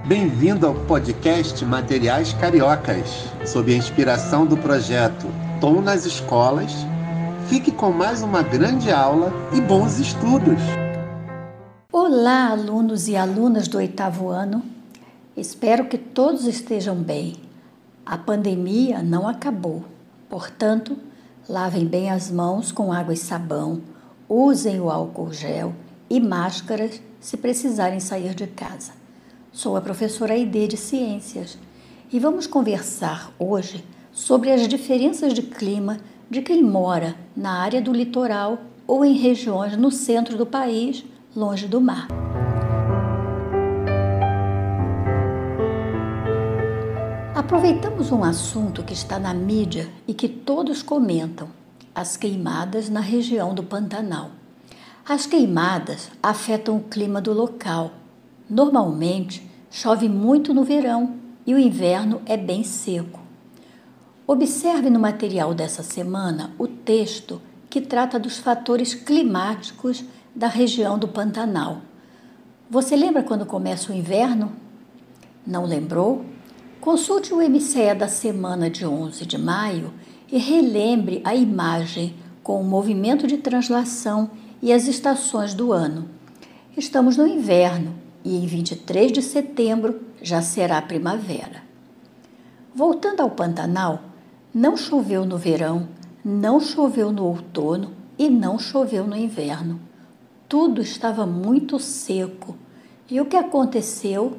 Bem-vindo ao podcast Materiais Cariocas, sob a inspiração do projeto Tom nas Escolas. Fique com mais uma grande aula e bons estudos! Olá, alunos e alunas do 8º ano. Espero que todos estejam bem. A pandemia não acabou, portanto, lavem bem as mãos com água e sabão, usem o álcool gel e máscaras se precisarem sair de casa. Sou a professora Aide de Ciências e vamos conversar hoje sobre as diferenças de clima de quem mora na área do litoral ou em regiões no centro do país, longe do mar. Aproveitamos um assunto que está na mídia e que todos comentam: as queimadas na região do Pantanal. As queimadas afetam o clima do local. Normalmente, chove muito no verão e o inverno é bem seco. Observe no material dessa semana o texto que trata dos fatores climáticos da região do Pantanal. Você lembra quando começa o inverno? Não lembrou? Consulte o MCE da semana de 11 de maio e relembre a imagem com o movimento de translação e as estações do ano. Estamos no inverno e em 23 de setembro já será primavera. Voltando ao Pantanal, não choveu no verão, não choveu no outono e não choveu no inverno. Tudo estava muito seco. E o que aconteceu?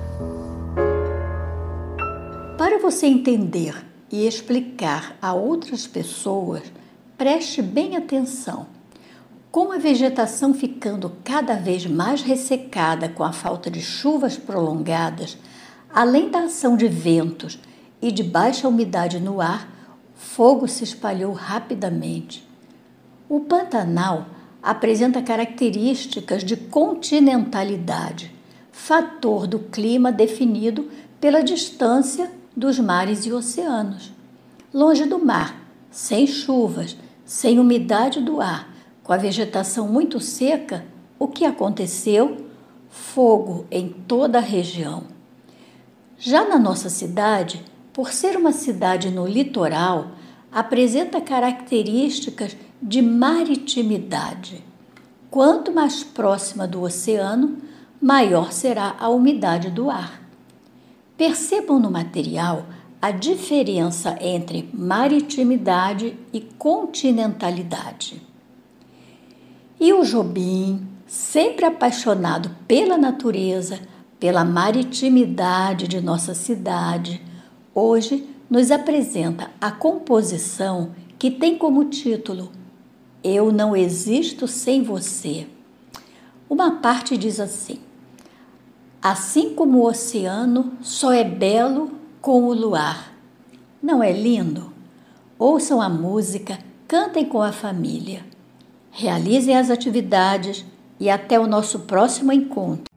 Para você entender e explicar a outras pessoas, preste bem atenção. Com a vegetação ficando cada vez mais ressecada com a falta de chuvas prolongadas, além da ação de ventos e de baixa umidade no ar, fogo se espalhou rapidamente. O Pantanal apresenta características de continentalidade, fator do clima definido pela distância dos mares e oceanos. Longe do mar, sem chuvas, sem umidade do ar, com a vegetação muito seca, o que aconteceu? Fogo em toda a região. Já na nossa cidade, por ser uma cidade no litoral, apresenta características de maritimidade. Quanto mais próxima do oceano, maior será a umidade do ar. Percebam no material a diferença entre maritimidade e continentalidade. E o Jobim, sempre apaixonado pela natureza, pela maritimidade de nossa cidade, hoje nos apresenta a composição que tem como título Eu Não Existo Sem Você. Uma parte diz assim: assim como o oceano só é belo com o luar. Não é lindo? Ouçam a música, cantem com a família. Realizem as atividades e até o nosso próximo encontro.